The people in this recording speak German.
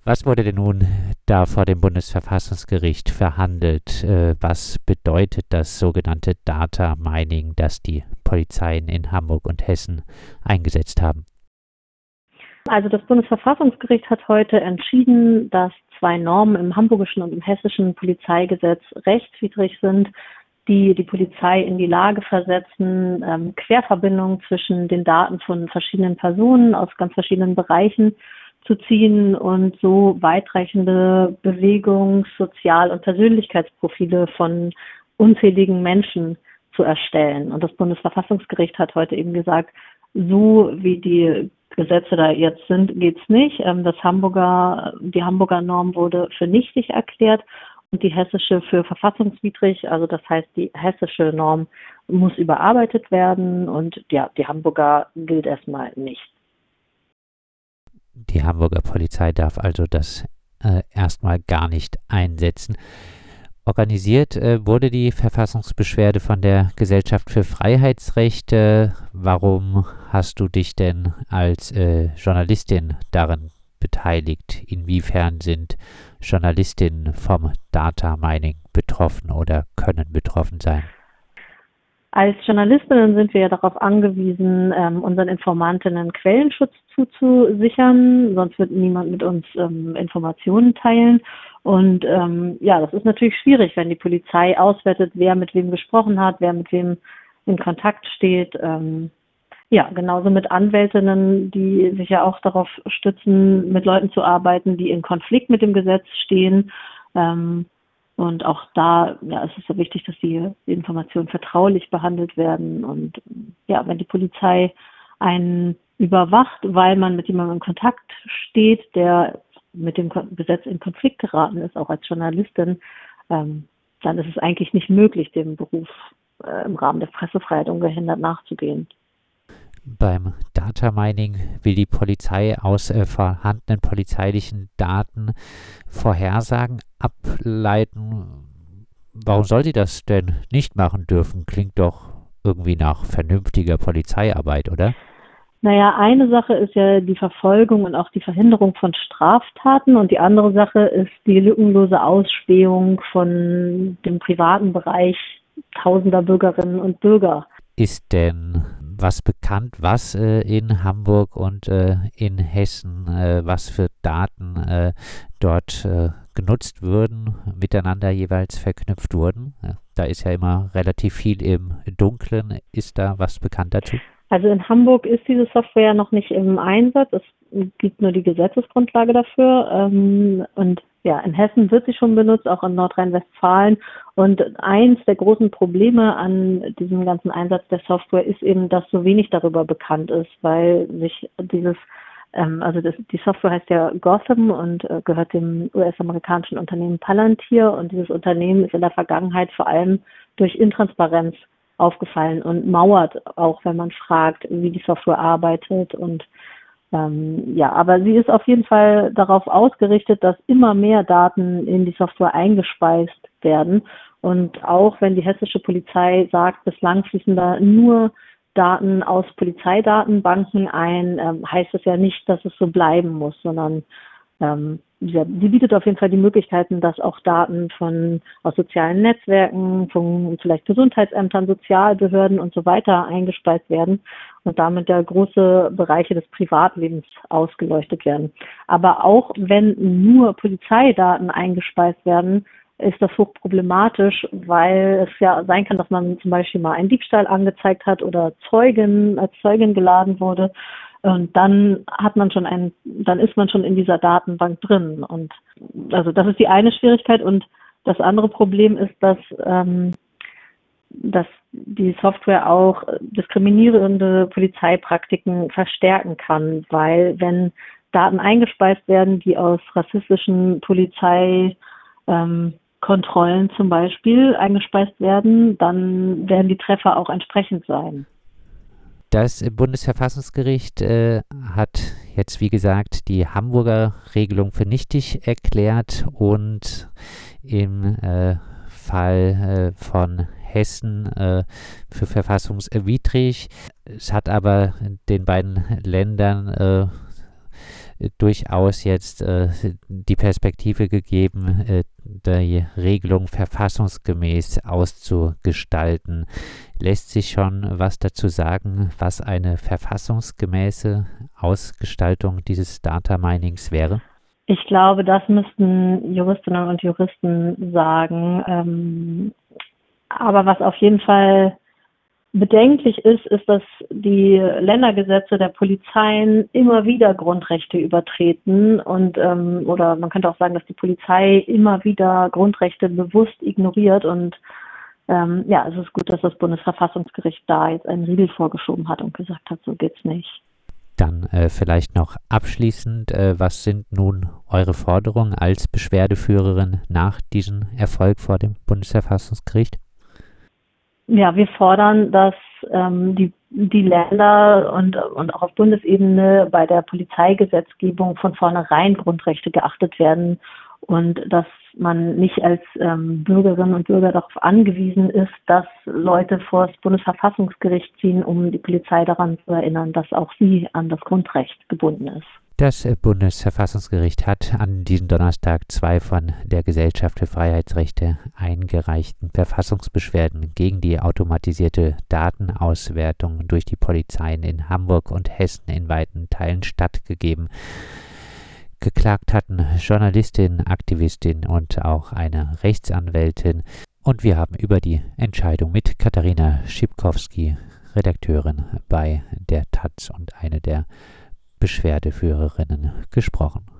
Was wurde denn nun da vor dem Bundesverfassungsgericht verhandelt? Was bedeutet das sogenannte Data Mining, das die Polizeien in Hamburg und Hessen eingesetzt haben? Also das Bundesverfassungsgericht hat heute entschieden, dass zwei Normen im hamburgischen und im hessischen Polizeigesetz rechtswidrig sind, die die Polizei in die Lage versetzen, Querverbindungen zwischen den Daten von verschiedenen Personen aus ganz verschiedenen Bereichen zu ziehen und so weitreichende Bewegungs-, Sozial- und Persönlichkeitsprofile von unzähligen Menschen zu erstellen. Und das Bundesverfassungsgericht hat heute eben gesagt, so wie die Gesetze da jetzt sind, geht's nicht. Die Hamburger Norm wurde für nichtig erklärt und die hessische für verfassungswidrig. Also das heißt, die hessische Norm muss überarbeitet werden und ja, die Hamburger gilt erstmal nicht. Die Hamburger Polizei darf also das erstmal gar nicht einsetzen. Organisiert wurde die Verfassungsbeschwerde von der Gesellschaft für Freiheitsrechte. Warum hast du dich denn als Journalistin daran beteiligt? Inwiefern sind Journalistinnen vom Data Mining betroffen oder können betroffen sein? Als Journalistinnen sind wir ja darauf angewiesen, unseren Informantinnen Quellenschutz zuzusichern, sonst wird niemand mit uns Informationen teilen. Und ja, das ist natürlich schwierig, wenn die Polizei auswertet, wer mit wem gesprochen hat, wer mit wem in Kontakt steht. Ja, genauso mit Anwältinnen, die sich ja auch darauf stützen, mit Leuten zu arbeiten, die in Konflikt mit dem Gesetz stehen. Und auch da ja, ist es so wichtig, dass die Informationen vertraulich behandelt werden. Und ja, wenn die Polizei einen überwacht, weil man mit jemandem in Kontakt steht, der mit dem Gesetz in Konflikt geraten ist, auch als Journalistin, dann ist es eigentlich nicht möglich, dem Beruf im Rahmen der Pressefreiheit ungehindert nachzugehen. Beim Data Mining will die Polizei aus vorhandenen polizeilichen Daten Vorhersagen ableiten. Warum soll sie das denn nicht machen dürfen? Klingt doch irgendwie nach vernünftiger Polizeiarbeit, oder? Naja, eine Sache ist ja die Verfolgung und auch die Verhinderung von Straftaten und die andere Sache ist die lückenlose Ausspähung von dem privaten Bereich tausender Bürgerinnen und Bürger. Ist denn was bekannt, was in Hamburg und in Hessen, was für Daten dort genutzt wurden, miteinander jeweils verknüpft wurden? Da ist ja immer relativ viel im Dunkeln. Ist da was bekannt dazu? Also in Hamburg ist diese Software noch nicht im Einsatz. Es gibt nur die Gesetzesgrundlage dafür. Und ja, in Hessen wird sie schon benutzt, auch in Nordrhein-Westfalen. Und eins der großen Probleme an diesem ganzen Einsatz der Software ist eben, dass so wenig darüber bekannt ist, weil sich die Software heißt ja Gotham und gehört dem US-amerikanischen Unternehmen Palantir. Und dieses Unternehmen ist in der Vergangenheit vor allem durch Intransparenz aufgefallen und mauert auch, wenn man fragt, wie die Software arbeitet. Und ja, aber sie ist auf jeden Fall darauf ausgerichtet, dass immer mehr Daten in die Software eingespeist werden. Und auch wenn die hessische Polizei sagt, bislang fließen da nur Daten aus Polizeidatenbanken ein, heißt es ja nicht, dass es so bleiben muss, sondern sie bietet auf jeden Fall die Möglichkeiten, dass auch Daten aus sozialen Netzwerken, von vielleicht Gesundheitsämtern, Sozialbehörden und so weiter eingespeist werden und damit ja große Bereiche des Privatlebens ausgeleuchtet werden. Aber auch wenn nur Polizeidaten eingespeist werden, ist das hochproblematisch, weil es ja sein kann, dass man zum Beispiel mal einen Diebstahl angezeigt hat oder als Zeugin geladen wurde. Und dann ist man schon in dieser Datenbank drin. Und also das ist die eine Schwierigkeit. Und das andere Problem ist, dass die Software auch diskriminierende Polizeipraktiken verstärken kann, weil wenn Daten eingespeist werden, die aus rassistischen Polizeikontrollen zum Beispiel eingespeist werden, dann werden die Treffer auch entsprechend sein. Das Bundesverfassungsgericht hat jetzt, wie gesagt, die Hamburger Regelung für nichtig erklärt und im Fall von Hessen für verfassungswidrig. Es hat aber den beiden Ländern durchaus jetzt die Perspektive gegeben, die Regelung verfassungsgemäß auszugestalten. Lässt sich schon was dazu sagen, was eine verfassungsgemäße Ausgestaltung dieses Data Minings wäre? Ich glaube, das müssten Juristinnen und Juristen sagen. Aber was auf jeden Fall bedenklich ist, dass die Ländergesetze der Polizeien immer wieder Grundrechte übertreten und oder man könnte auch sagen, dass die Polizei immer wieder Grundrechte bewusst ignoriert und es ist gut, dass das Bundesverfassungsgericht da jetzt einen Riegel vorgeschoben hat und gesagt hat, so geht's nicht. Dann vielleicht noch abschließend, was sind nun eure Forderungen als Beschwerdeführerin nach diesem Erfolg vor dem Bundesverfassungsgericht? Ja, wir fordern, dass die Länder und auch auf Bundesebene bei der Polizeigesetzgebung von vornherein Grundrechte geachtet werden und dass man nicht als Bürgerinnen und Bürger darauf angewiesen ist, dass Leute vor das Bundesverfassungsgericht ziehen, um die Polizei daran zu erinnern, dass auch sie an das Grundrecht gebunden ist. Das Bundesverfassungsgericht hat an diesem Donnerstag 2 von der Gesellschaft für Freiheitsrechte eingereichten Verfassungsbeschwerden gegen die automatisierte Datenauswertung durch die Polizeien in Hamburg und Hessen in weiten Teilen stattgegeben. Geklagt hatten Journalistin, Aktivistin und auch eine Rechtsanwältin. Und wir haben über die Entscheidung mit Katharina Schipkowski, Redakteurin bei der taz und eine der Beschwerdeführerinnen, gesprochen.